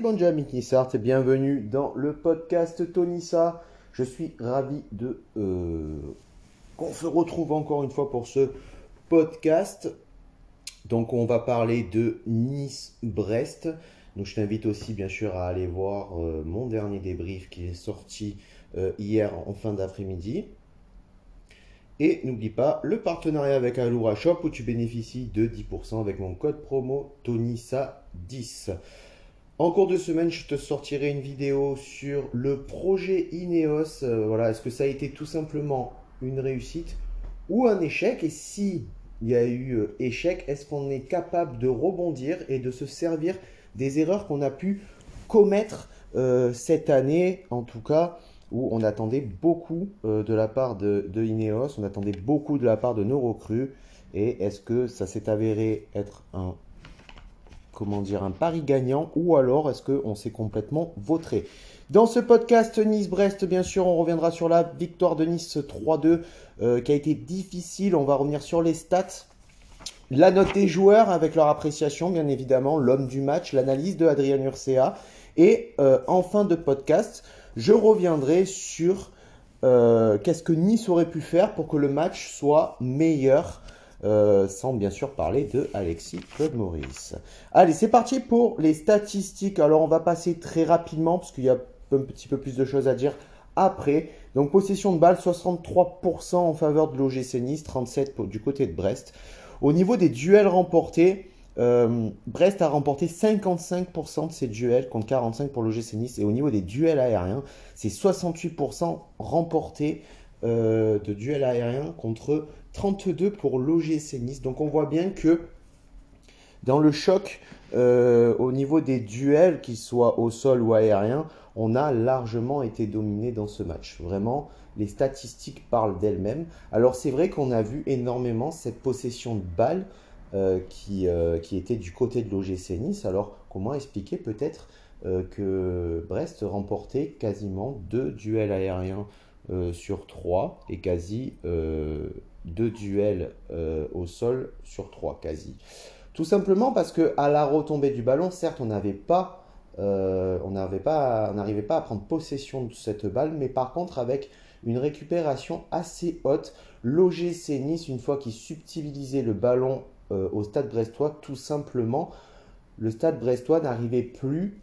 bonjour, Nissart et bienvenue dans le podcast Tonissa. Je suis ravi de qu'on se retrouve encore une fois pour ce podcast. Donc on va parler de Nice-Brest. Donc je t'invite aussi bien sûr à aller voir mon dernier débrief qui est sorti hier en fin d'après-midi. Et n'oublie pas le partenariat avec Alura Shop où tu bénéficies de 10% avec mon code promo Tonissa10. En cours de semaine, je te sortirai une vidéo sur le projet Ineos. Voilà, est-ce que ça a été tout simplement une réussite ou un échec? Et si il y a eu échec, est-ce qu'on est capable de rebondir et de se servir des erreurs qu'on a pu commettre cette année, en tout cas, où on attendait beaucoup de la part de Ineos, on attendait beaucoup de la part de nos recrues. Et est-ce que ça s'est avéré être un pari gagnant ou alors est-ce qu'on s'est complètement vautré? Dans ce podcast Nice-Brest, bien sûr, on reviendra sur la victoire de Nice 3-2 qui a été difficile. On va revenir sur les stats, la note des joueurs avec leur appréciation, bien évidemment, l'homme du match, l'analyse de Adrien Urcea. Et en fin de podcast, je reviendrai sur qu'est-ce que Nice aurait pu faire pour que le match soit meilleur. Sans bien sûr parler de Alexis Claude Maurice. Allez, c'est parti pour les statistiques. Alors, on va passer très rapidement parce qu'il y a un petit peu plus de choses à dire après. Donc, possession de balle, 63% en faveur de l'OGC Nice, 37% du côté de Brest. Au niveau des duels remportés, Brest a remporté 55% de ses duels contre 45% pour l'OGC Nice. Et au niveau des duels aériens, c'est 68% remportés de duels aériens contre 32 pour l'OGC Nice. Donc on voit bien que dans le choc, au niveau des duels, qu'ils soient au sol ou aérien, on a largement été dominé dans ce match. Vraiment, les statistiques parlent d'elles-mêmes. Alors c'est vrai qu'on a vu énormément cette possession de balles qui était du côté de l'OGC Nice. Alors comment expliquer peut-être que Brest remportait quasiment 2 duels aériens sur 3 et quasi 2 duels au sol sur 3 quasi. Tout simplement parce que à la retombée du ballon, certes, on n'arrivait pas à prendre possession de cette balle, mais par contre avec une récupération assez haute, l'OGC Nice, une fois qu'il subtilisait le ballon au Stade Brestois, tout simplement, le Stade Brestois n'arrivait plus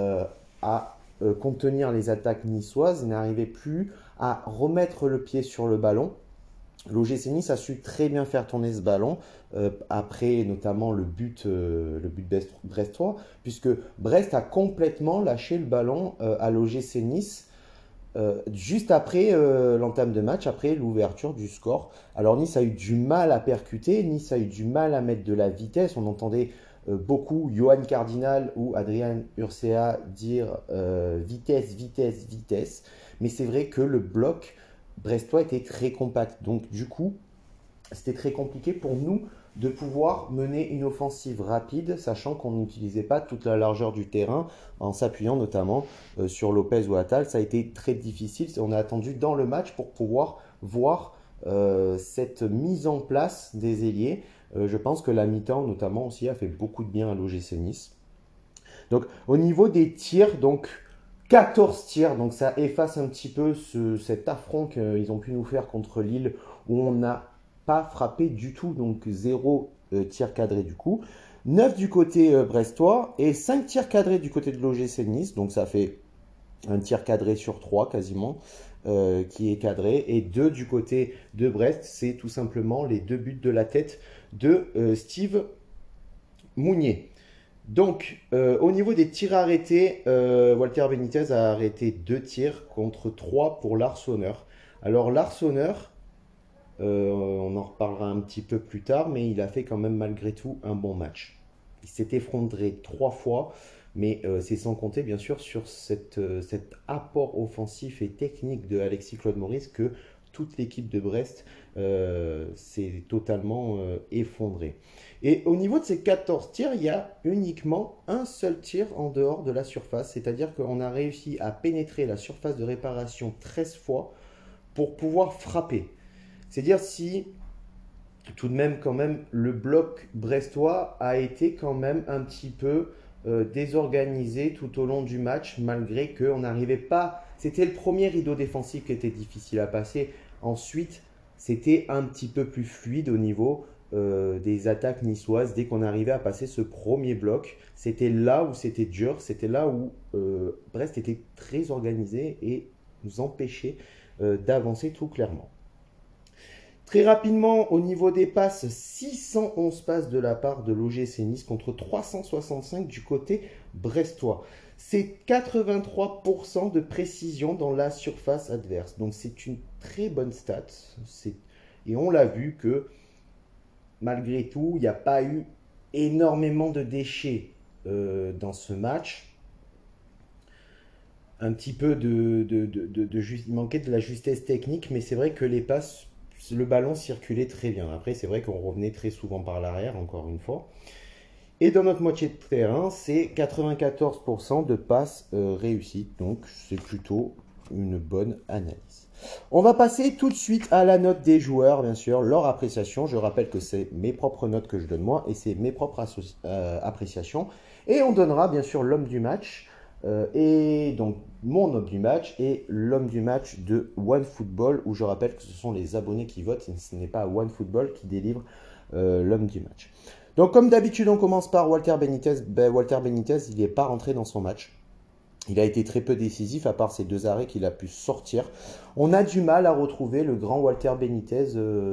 à contenir les attaques niçoises, il n'arrivait plus à remettre le pied sur le ballon. L'OGC Nice a su très bien faire tourner ce ballon après notamment le but brestois, puisque Brest a complètement lâché le ballon à l'OGC Nice juste après l'entame de match, après l'ouverture du score. Alors Nice a eu du mal à percuter, Nice a eu du mal à mettre de la vitesse. On entendait beaucoup Johan Cardinal ou Adrien Urcea dire vitesse, vitesse, vitesse. Mais c'est vrai que le bloc brestois était très compact. Donc du coup, c'était très compliqué pour nous de pouvoir mener une offensive rapide, sachant qu'on n'utilisait pas toute la largeur du terrain, en s'appuyant notamment sur Lopez ou Attal. Ça a été très difficile. On a attendu dans le match pour pouvoir voir cette mise en place des ailiers. Je pense que la mi-temps, notamment, aussi a fait beaucoup de bien à l'OGC Nice. Donc, au niveau des tirs, donc 14 tirs, donc ça efface un petit peu cet affront qu'ils ont pu nous faire contre Lille, où on n'a pas frappé du tout, donc 0 tir cadré du coup. 9 du côté brestois et 5 tirs cadrés du côté de l'OGC Nice, donc ça fait un tir cadré sur 3 quasiment qui est cadré, et 2 du côté de Brest, c'est tout simplement les 2 buts de la tête de Steve Mounier. Donc, au niveau des tirs arrêtés, Walter Benitez a arrêté 2 tirs contre 3 pour l'Arseneur. Alors, l'Arseneur, on en reparlera un petit peu plus tard, mais il a fait quand même malgré tout un bon match. Il s'est effondré 3 fois, mais c'est sans compter bien sûr sur cet apport offensif et technique de Alexis Claude Maurice que toute l'équipe de Brest s'est totalement effondrée. Et au niveau de ces 14 tirs, il y a uniquement un seul tir en dehors de la surface, c'est-à-dire qu'on a réussi à pénétrer la surface de réparation 13 fois pour pouvoir frapper. C'est-à-dire si tout de même quand même le bloc brestois a été quand même un petit peu désorganisé tout au long du match, malgré qu'on n'arrivait pas. C'était le premier rideau défensif qui était difficile à passer. Ensuite, c'était un petit peu plus fluide au niveau des attaques niçoises. Dès qu'on arrivait à passer ce premier bloc, c'était là où c'était dur, c'était là où Brest était très organisé et nous empêchait d'avancer tout clairement. Très rapidement, au niveau des passes, 611 passes de la part de l'OGC Nice contre 365 du côté brestois. C'est 83% de précision dans la surface adverse. Donc c'est une très bonne stat. Et on l'a vu que malgré tout, il n'y a pas eu énormément de déchets dans ce match. Un petit peu il manquait de la justesse technique, mais c'est vrai que les passes, le ballon circulait très bien. Après, c'est vrai qu'on revenait très souvent par l'arrière, encore une fois. Et dans notre moitié de terrain, c'est 94% de passes réussies. Donc, c'est plutôt une bonne analyse. On va passer tout de suite à la note des joueurs, bien sûr, leur appréciation. Je rappelle que c'est mes propres notes que je donne moi et c'est mes propres appréciations. Et on donnera bien sûr l'homme du match. Et donc mon homme du match et l'homme du match de OneFootball, où je rappelle que ce sont les abonnés qui votent, ce n'est pas OneFootball qui délivre l'homme du match. Donc comme d'habitude, on commence par Walter Benitez. Walter Benitez, il n'est pas rentré dans son match. Il a été très peu décisif, à part ces 2 arrêts qu'il a pu sortir. On a du mal à retrouver le grand Walter Benitez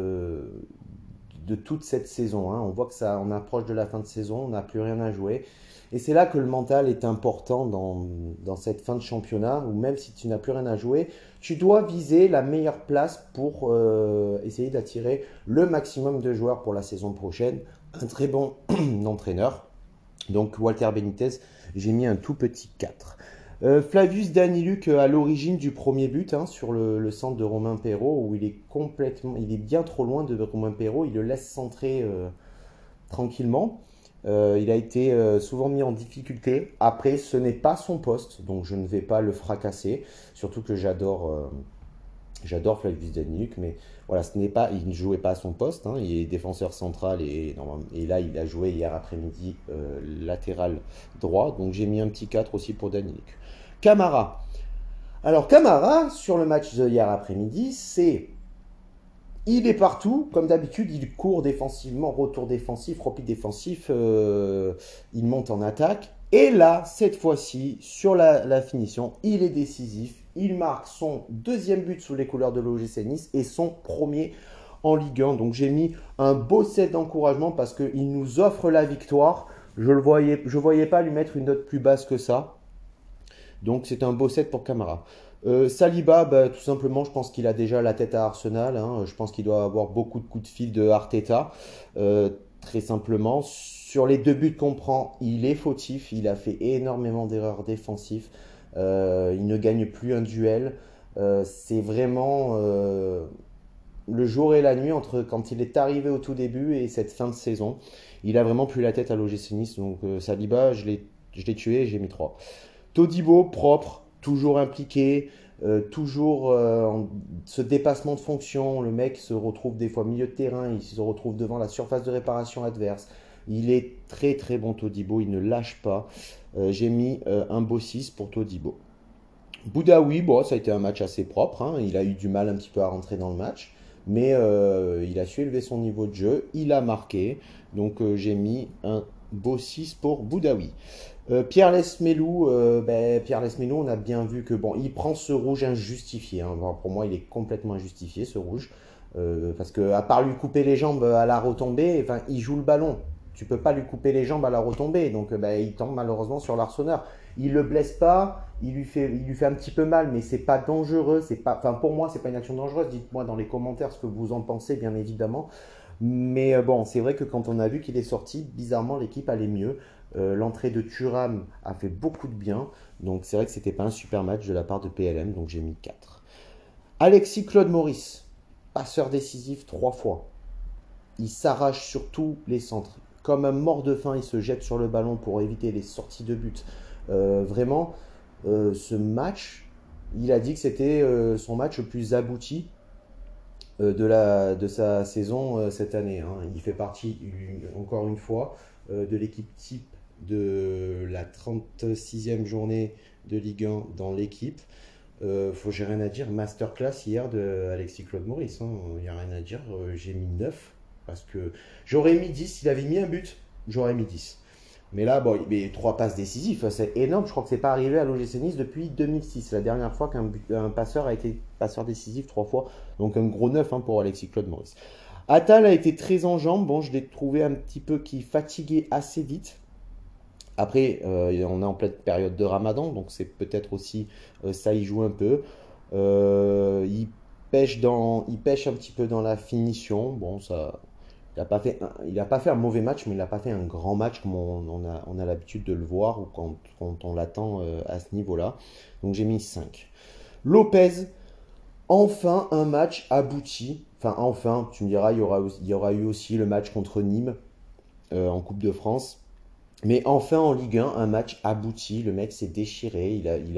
de toute cette saison. On voit que ça, on approche de la fin de saison, on n'a plus rien à jouer. Et c'est là que le mental est important dans cette fin de championnat, où même si tu n'as plus rien à jouer, tu dois viser la meilleure place pour essayer d'attirer le maximum de joueurs pour la saison prochaine. Un très bon entraîneur. Donc Walter Benitez, j'ai mis un tout petit 4. Flavius Daniluk à l'origine du premier but sur le centre de Romain Perrault, où il est bien trop loin de Romain Perrault, il le laisse centrer tranquillement. Il a été souvent mis en difficulté. Après, ce n'est pas son poste, donc je ne vais pas le fracasser. Surtout que j'adore Flavius Daniluk, mais voilà, il ne jouait pas à son poste. Il est défenseur central et là, il a joué hier après-midi latéral droit. Donc j'ai mis un petit 4 aussi pour Daniluk. Camara. Alors Camara, sur le match de hier après-midi, il est partout, comme d'habitude, il court défensivement, retour défensif, repli défensif, il monte en attaque. Et là, cette fois-ci, sur la finition, il est décisif. Il marque son 2e but sous les couleurs de l'OGC Nice et son premier en Ligue 1. Donc j'ai mis un beau set d'encouragement parce qu'il nous offre la victoire. Je voyais pas lui mettre une note plus basse que ça. Donc c'est un beau set pour Camara. Saliba, tout simplement, je pense qu'il a déjà la tête à Arsenal. Je pense qu'il doit avoir beaucoup de coups de fil de Arteta. Très simplement, sur les 2 buts qu'on prend, il est fautif. Il a fait énormément d'erreurs défensives. Il ne gagne plus un duel. C'est vraiment le jour et la nuit entre quand il est arrivé au tout début et cette fin de saison. Il a vraiment plus la tête à l'OGC Nice. Donc Saliba, je l'ai tué et j'ai mis 3. Todibo, propre, toujours impliqué, toujours ce dépassement de fonction. Le mec se retrouve des fois au milieu de terrain, il se retrouve devant la surface de réparation adverse. Il est très très bon Todibo, il ne lâche pas. J'ai mis un beau 6 pour Todibo. Boudaoui, ça a été un match assez propre. Il a eu du mal un petit peu à rentrer dans le match. Mais il a su élever son niveau de jeu, il a marqué. Donc j'ai mis un beau 6 pour Boudaoui. Pierre Lesmelou, on a bien vu que il prend ce rouge injustifié. Pour moi, il est complètement injustifié ce rouge, parce que à part lui couper les jambes à la retombée, il joue le ballon. Tu peux pas lui couper les jambes à la retombée, donc il tombe malheureusement sur l'arseneur. Il le blesse pas, il lui fait un petit peu mal, mais c'est pas dangereux. Pour moi, c'est pas une action dangereuse. Dites-moi dans les commentaires ce que vous en pensez, bien évidemment. Mais c'est vrai que quand on a vu qu'il est sorti, bizarrement, l'équipe allait mieux. L'entrée de Thuram a fait beaucoup de bien. Donc c'est vrai que c'était pas un super match de la part de PLM, donc j'ai mis 4. Alexis Claude Maurice, passeur décisif 3 fois. Il s'arrache sur tous les centres. Comme un mort de faim, il se jette sur le ballon pour éviter les sorties de but. Vraiment, ce match, il a dit que c'était son match le plus abouti de sa saison cette année. Il fait partie, encore une fois, de l'équipe type de la 36e journée de Ligue 1 dans l'équipe. J'ai rien à dire. Masterclass hier de Alexis Claude Maurice. Il n'y a rien à dire. J'ai mis 9 parce que j'aurais mis 10. S'il avait mis un but, j'aurais mis 10. Mais là, bon, mais 3 passes décisives, c'est énorme. Je crois que c'est pas arrivé à l'OGC Nice depuis 2006. La dernière fois qu'un passeur a été passeur décisif 3 fois. Donc un gros 9 pour Alexis Claude Maurice. Attal a été très en jambes. Bon, je l'ai trouvé un petit peu qui fatiguait assez vite. Après, on est en pleine période de Ramadan, donc c'est peut-être aussi ça y joue un peu. Il pêche un petit peu dans la finition. Bon, ça, il a pas fait un mauvais match, mais il n'a pas fait un grand match comme on a l'habitude de le voir ou quand on l'attend à ce niveau-là. Donc j'ai mis 5. Lopez, enfin un match abouti. Enfin, enfin, tu me diras, il y aura eu aussi le match contre Nîmes en Coupe de France. Mais enfin en Ligue 1, un match abouti. Le mec s'est déchiré.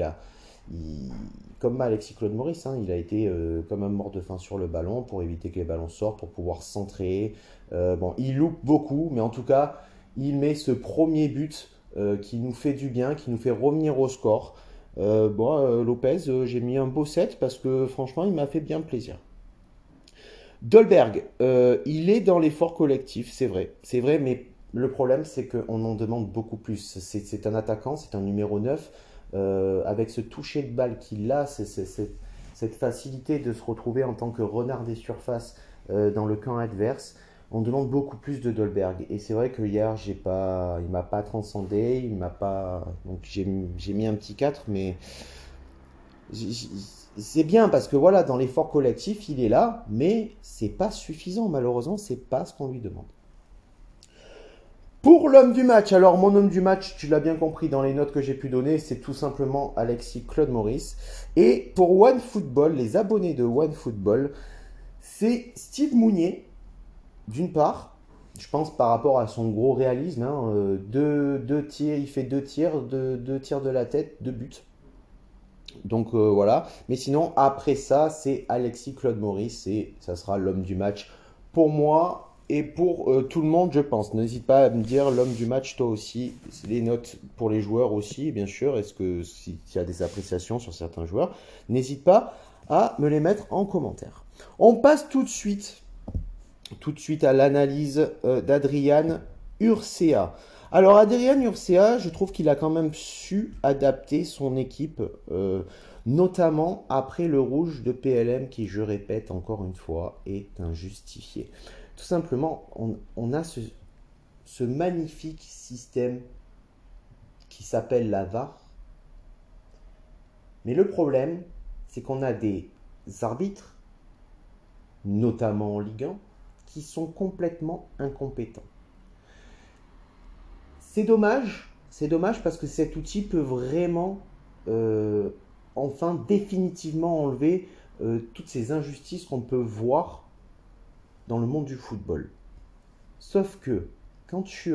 Comme Alexis Claude Maurice, il a été comme un mort de faim sur le ballon pour éviter que les ballons sortent, pour pouvoir centrer. Bon, il loupe beaucoup, mais en tout cas, il met ce premier but qui nous fait du bien, qui nous fait revenir au score. Lopez, j'ai mis un beau 7 parce que franchement, il m'a fait bien plaisir. Dolberg, il est dans l'effort collectif, c'est vrai. C'est vrai, mais le problème, c'est qu'on en demande beaucoup plus. C'est un attaquant, c'est un numéro 9. Avec ce toucher de balle qu'il a, cette facilité de se retrouver en tant que renard des surfaces dans le camp adverse, on demande beaucoup plus de Dolberg. Et c'est vrai que hier, il m'a pas transcendé, il m'a pas. Donc j'ai mis un petit 4, mais c'est bien parce que voilà, dans l'effort collectif, il est là, mais c'est pas suffisant. Malheureusement, c'est pas ce qu'on lui demande. Pour l'homme du match, alors mon homme du match, tu l'as bien compris dans les notes que j'ai pu donner, c'est tout simplement Alexis Claude Maurice. Et pour OneFootball, les abonnés de OneFootball, c'est Steve Mounier, d'une part, je pense par rapport à son gros réalisme, deux tirs, il fait deux tirs de la tête, 2 buts. Donc voilà. Mais sinon, après ça, c'est Alexis Claude Maurice et ça sera l'homme du match pour moi et pour tout le monde, je pense. N'hésite pas à me dire l'homme du match, toi aussi. Les notes pour les joueurs aussi, bien sûr. Est-ce que si tu as des appréciations sur certains joueurs, n'hésite pas à me les mettre en commentaire. On passe tout de suite à l'analyse d'Adrian Urcea. Alors Adrian Urcea, je trouve qu'il a quand même su adapter son équipe, notamment après le rouge de PLM qui, je répète encore une fois, est injustifié. Tout simplement, on a ce magnifique système qui s'appelle la VAR. Mais le problème, c'est qu'on a des arbitres, notamment en Ligue 1, qui sont complètement incompétents. C'est dommage parce que cet outil peut vraiment enfin définitivement enlever toutes ces injustices qu'on peut voir dans le monde du football. Sauf que quand tu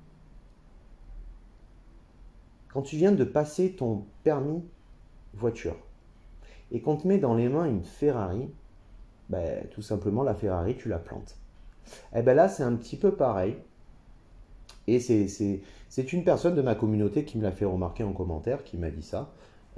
viens de passer ton permis voiture et qu'on te met dans les mains une Ferrari, tout simplement la Ferrari tu la plantes. Et là c'est un petit peu pareil. Et c'est une personne de ma communauté qui me l'a fait remarquer en commentaire, qui m'a dit ça.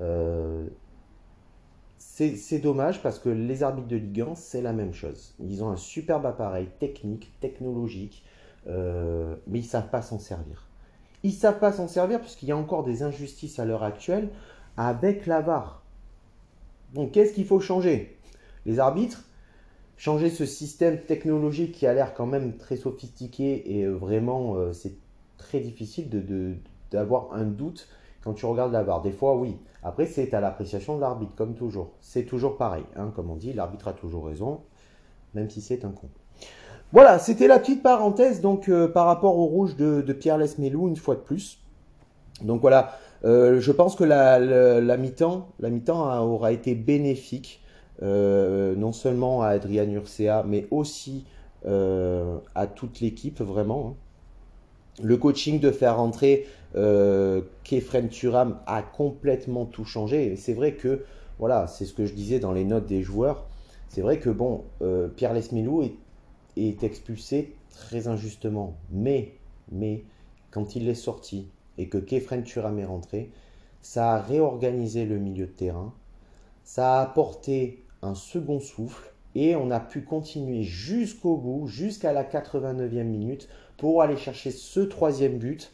C'est dommage parce que les arbitres de Ligue 1, c'est la même chose. Ils ont un superbe appareil technique, technologique, mais ils ne savent pas s'en servir. Ils ne savent pas s'en servir parce qu'il y a encore des injustices à l'heure actuelle avec la VAR. Donc qu'est-ce qu'il faut changer? Les arbitres, changer ce système technologique qui a l'air quand même très sophistiqué et vraiment c'est très difficile d'avoir un doute quand tu regardes la VAR. Des fois oui, après c'est à l'appréciation de l'arbitre comme toujours. C'est toujours pareil, comme on dit, l'arbitre a toujours raison, même si c'est un con. Voilà, c'était la petite parenthèse donc par rapport au rouge de Pierre Lesmelou une fois de plus. Donc voilà, je pense que la mi-temps aura été bénéfique. Non seulement à Adrian Urcea, mais aussi à toute l'équipe, vraiment. Le coaching de faire rentrer Kefren Turam a complètement tout changé. C'est vrai que, voilà, c'est ce que je disais dans les notes des joueurs. C'est vrai que, bon, Pierre Lesmelou est expulsé très injustement. Mais quand il est sorti et que Khéphren Thuram est rentré, ça a réorganisé le milieu de terrain, ça a apporté un second souffle et on a pu continuer jusqu'au bout, jusqu'à la 89e minute pour aller chercher ce troisième but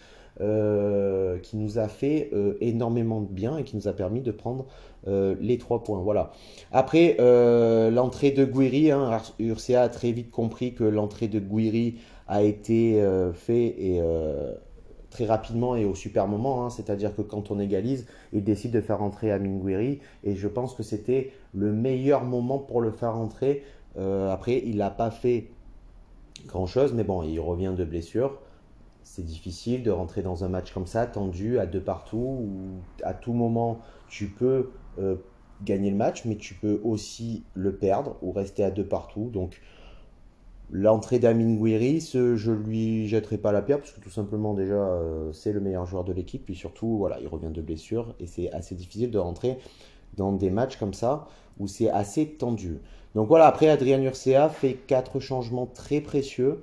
qui nous a fait énormément de bien et qui nous a permis de prendre les 3 points. Voilà. Après, l'entrée de Gouiri, hein, Urcia a très vite compris que l'entrée de Gouiri a été faite et très rapidement et au super moment, hein, c'est-à-dire que quand on égalise, il décide de faire entrer Amine Gouiri et je pense que c'était le meilleur moment pour le faire entrer. Après, il n'a pas fait grand-chose, mais bon, il revient de blessure. C'est difficile de rentrer dans un match comme ça, tendu, à deux partout, où à tout moment tu peux gagner le match, mais tu peux aussi le perdre ou rester à deux partout. Donc l'entrée d'Amine Gouiri, je lui jetterai pas la pierre, parce que tout simplement déjà c'est le meilleur joueur de l'équipe, puis surtout voilà, il revient de blessure et c'est assez difficile de rentrer dans des matchs comme ça où c'est assez tendu. Donc voilà, après Adrien Urcea fait 4 changements très précieux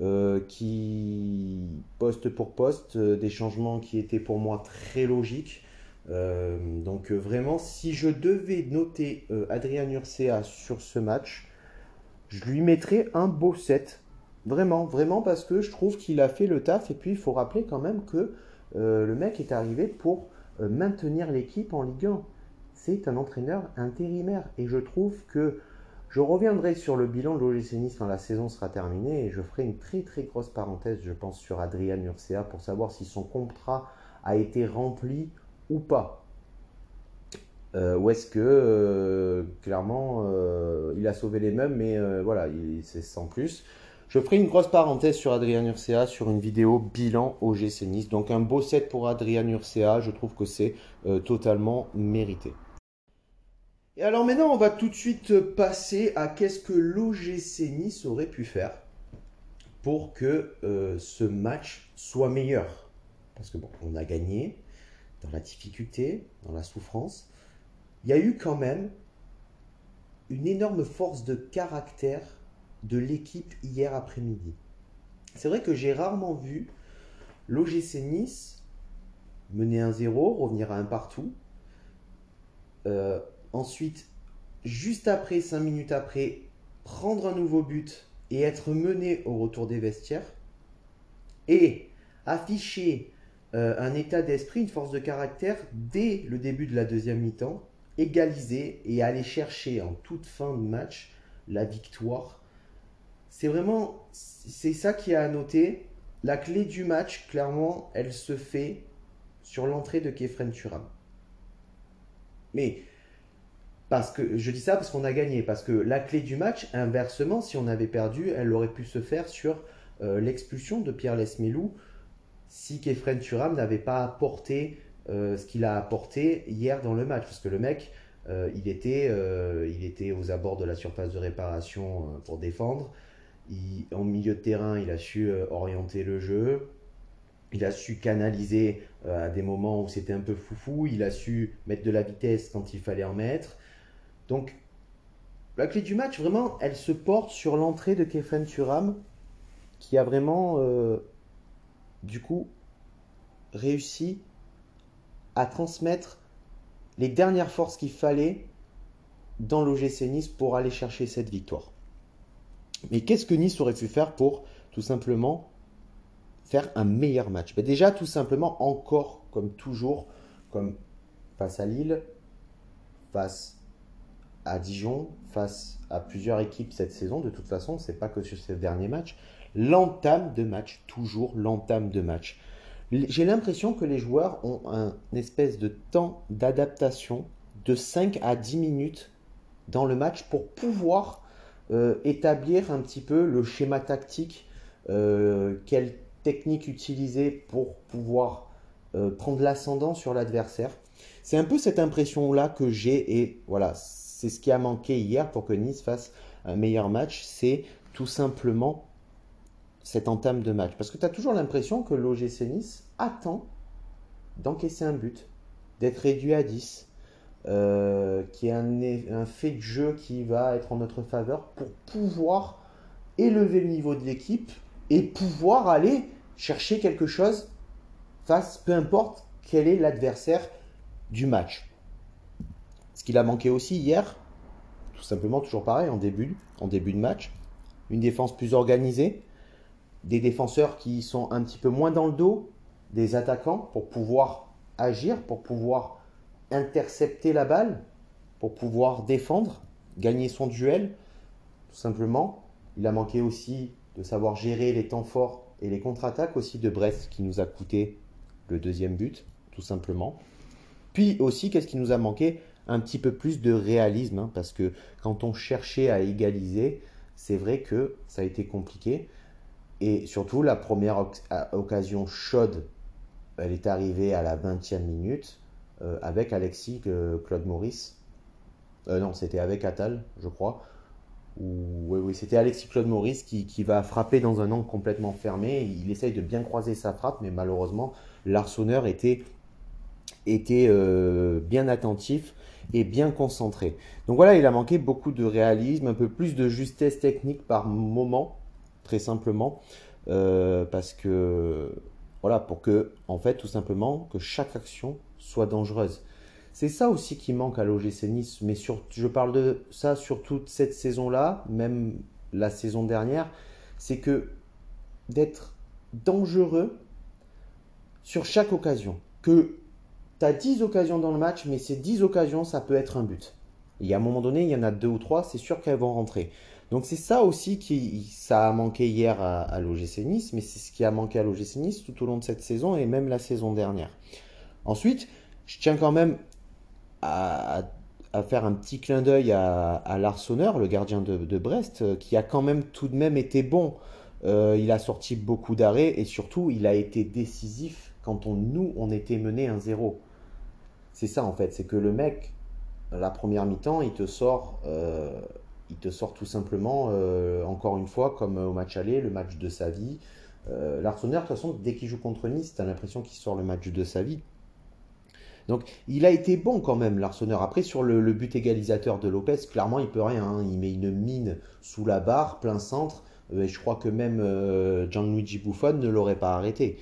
qui, poste pour poste, des changements qui étaient pour moi très logiques. Donc vraiment, si je devais noter Adrien Urcea sur ce match, je lui mettrais un beau 7. Vraiment, vraiment, parce que je trouve qu'il a fait le taf. Et puis, il faut rappeler quand même que le mec est arrivé pour maintenir l'équipe en Ligue 1. C'est un entraîneur intérimaire. Et je trouve que je reviendrai sur le bilan de l'OGC Nice quand la saison sera terminée. Et je ferai une très très grosse parenthèse, je pense, sur Adrien Urcea pour savoir si son contrat a été rempli ou pas. Ou est-ce que clairement il a sauvé les meubles, mais voilà, c'est sans plus. Je ferai une grosse parenthèse sur Adrien Urcea sur une vidéo bilan OGC Nice. Donc un beau set pour Adrien Urcea, je trouve que c'est totalement mérité. Et alors maintenant, on va tout de suite passer à qu'est-ce que l'OGC Nice aurait pu faire pour que ce match soit meilleur. Parce que bon, on a gagné dans la difficulté, dans la souffrance. Il y a eu quand même une énorme force de caractère de l'équipe hier après-midi. C'est vrai que j'ai rarement vu l'OGC Nice mener 1-0, revenir à un partout. Ensuite, juste après, 5 minutes après, prendre un nouveau but et être mené au retour des vestiaires. Et afficher un état d'esprit, une force de caractère dès le début de la deuxième mi-temps, égaliser et aller chercher en toute fin de match la victoire. C'est ça qui est à noter. La clé du match, clairement, elle se fait sur l'entrée de Khéphren Thuram. Mais parce que je dis ça parce qu'on a gagné, parce que la clé du match, inversement, si on avait perdu, elle aurait pu se faire sur l'expulsion de Pierre Lesmelou si Khéphren Thuram n'avait pas apporté ce qu'il a apporté hier dans le match. Parce que le mec, il était aux abords de la surface de réparation pour défendre. En milieu de terrain, il a su orienter le jeu. Il a su canaliser à des moments où c'était un peu foufou. Il a su mettre de la vitesse quand il fallait en mettre. Donc, la clé du match, vraiment, elle se porte sur l'entrée de Khéphren Thuram, qui a vraiment, du coup, réussi à transmettre les dernières forces qu'il fallait dans l'OGC Nice pour aller chercher cette victoire. Mais qu'est-ce que Nice aurait pu faire pour tout simplement faire un meilleur match? Déjà, tout simplement, encore comme toujours, comme face à Lille, face à Dijon, face à plusieurs équipes cette saison, de toute façon, c'est pas que sur ces derniers matchs, l'entame de match, toujours l'entame de match. J'ai l'impression que les joueurs ont un espèce de temps d'adaptation de 5 à 10 minutes dans le match pour pouvoir établir un petit peu le schéma tactique, quelle technique utiliser pour pouvoir prendre l'ascendant sur l'adversaire. C'est un peu cette impression-là que j'ai et voilà, c'est ce qui a manqué hier pour que Nice fasse un meilleur match, c'est tout simplement cette entame de match. Parce que tu as toujours l'impression que l'OGC Nice attend d'encaisser un but, d'être réduit à 10, qu'il y ait un fait de jeu qui va être en notre faveur pour pouvoir élever le niveau de l'équipe et pouvoir aller chercher quelque chose face, peu importe quel est l'adversaire du match. Ce qu'il a manqué aussi hier, tout simplement, toujours pareil, en début de match, une défense plus organisée, des défenseurs qui sont un petit peu moins dans le dos des attaquants pour pouvoir agir, pour pouvoir intercepter la balle, pour pouvoir défendre, gagner son duel, tout simplement. Il a manqué aussi de savoir gérer les temps forts et les contre-attaques aussi de Brest qui nous a coûté le deuxième but, tout simplement. Puis aussi, qu'est-ce qui nous a manqué? Un petit peu plus de réalisme, hein, parce que quand on cherchait à égaliser, c'est vrai que ça a été compliqué. Et surtout, la première occasion chaude, elle est arrivée à la 20e minute avec Alexis Claude Maurice. Non, c'était avec Attal, je crois. Oui, c'était Alexis Claude Maurice qui va frapper dans un angle complètement fermé. Il essaye de bien croiser sa frappe, mais malheureusement, l'Arseneur était bien attentif et bien concentré. Donc voilà, il a manqué beaucoup de réalisme, un peu plus de justesse technique par moment, très simplement, parce que voilà, pour que, en fait, tout simplement, que chaque action soit dangereuse. C'est ça aussi qui manque à l'OGC Nice, mais je parle de ça sur toute cette saison-là, même la saison dernière, c'est que d'être dangereux sur chaque occasion. Que tu as 10 occasions dans le match, mais ces 10 occasions, ça peut être un but. Et à un moment donné, il y en a 2 ou 3, c'est sûr qu'elles vont rentrer. Donc c'est ça aussi ça a manqué hier à l'OGC Nice, mais c'est ce qui a manqué à l'OGC Nice tout au long de cette saison et même la saison dernière. Ensuite, je tiens quand même à, à faire un petit clin d'œil à l'Arseneur, le gardien de Brest, qui a quand même tout de même été bon. Il a sorti beaucoup d'arrêts et surtout, il a été décisif quand nous, on était mené 1-0. C'est ça en fait, c'est que le mec, la première mi-temps, il te sort tout simplement, encore une fois, comme au match aller, le match de sa vie. L'Arseneur, de toute façon, dès qu'il joue contre Nice, tu as l'impression qu'il sort le match de sa vie. Donc, il a été bon quand même, l'Arseneur. Après, sur le but égalisateur de Lopez, clairement, il peut rien, hein. Il met une mine sous la barre, plein centre. Et je crois que même Gianluigi Buffon ne l'aurait pas arrêté.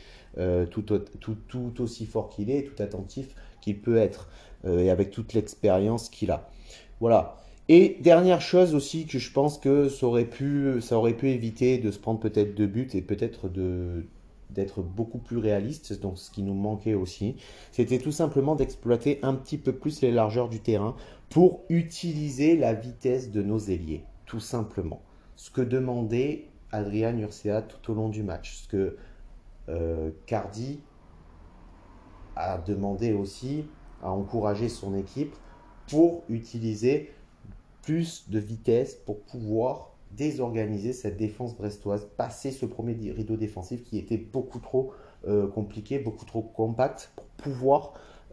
Tout aussi fort qu'il est, tout attentif qu'il peut être. Et avec toute l'expérience qu'il a. Voilà. Et dernière chose aussi que je pense que ça aurait pu éviter de se prendre peut-être 2 buts et peut-être d'être beaucoup plus réaliste, donc ce qui nous manquait aussi, c'était tout simplement d'exploiter un petit peu plus les largeurs du terrain pour utiliser la vitesse de nos ailiers, tout simplement. Ce que demandait Adrian Urcea tout au long du match, ce que Cardi a demandé aussi, a encouragé son équipe pour utiliser plus de vitesse pour pouvoir désorganiser cette défense brestoise, passer ce premier rideau défensif qui était beaucoup trop compliqué, beaucoup trop compact pour pouvoir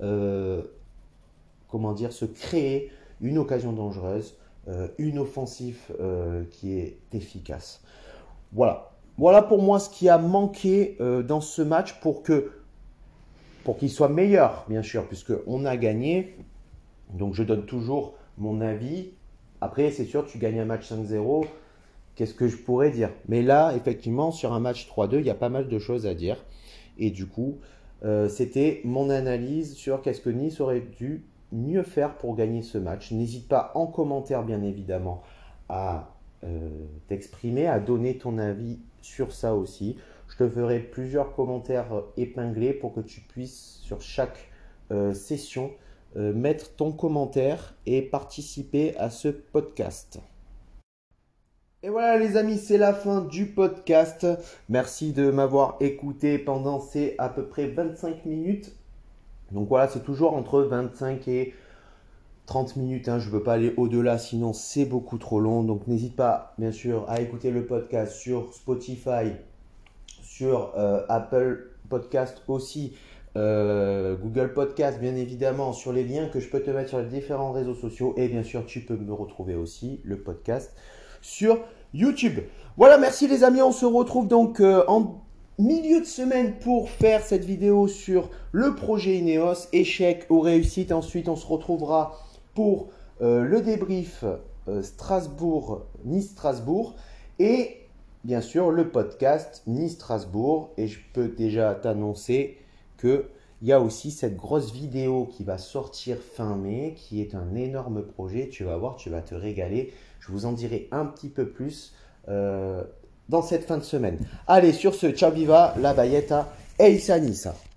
se créer une occasion dangereuse, une offensive qui est efficace. Voilà. Voilà pour moi ce qui a manqué dans ce match pour qu'il soit meilleur, bien sûr, puisqu'on a gagné. Donc je donne toujours mon avis. Après, c'est sûr, tu gagnes un match 5-0, qu'est-ce que je pourrais dire? Mais là, effectivement, sur un match 3-2, il y a pas mal de choses à dire. Et du coup, c'était mon analyse sur qu'est-ce que Nice aurait dû mieux faire pour gagner ce match. N'hésite pas en commentaire, bien évidemment, à t'exprimer, à donner ton avis sur ça aussi. Je te ferai plusieurs commentaires épinglés pour que tu puisses, sur chaque session, mettre ton commentaire et participer à ce podcast. Et voilà les amis, c'est la fin du podcast. Merci de m'avoir écouté pendant ces à peu près 25 minutes. Donc voilà, c'est toujours entre 25 et 30 minutes, hein. Je ne veux pas aller au-delà, sinon c'est beaucoup trop long. Donc n'hésite pas, bien sûr, à écouter le podcast sur Spotify, sur Apple Podcast aussi, Google Podcast, bien évidemment, sur les liens que je peux te mettre sur les différents réseaux sociaux. Et bien sûr, tu peux me retrouver aussi, le podcast, sur YouTube. Voilà, merci les amis. On se retrouve donc en milieu de semaine pour faire cette vidéo sur le projet Ineos, échec ou réussite. Ensuite, on se retrouvera pour le débrief Nice-Strasbourg et bien sûr le podcast Nice-Strasbourg. Et je peux déjà t'annoncer qu'il y a aussi cette grosse vidéo qui va sortir fin mai, qui est un énorme projet. Tu vas voir, tu vas te régaler. Je vous en dirai un petit peu plus dans cette fin de semaine. Allez, sur ce, ciao viva, la bayetta, e Nissa.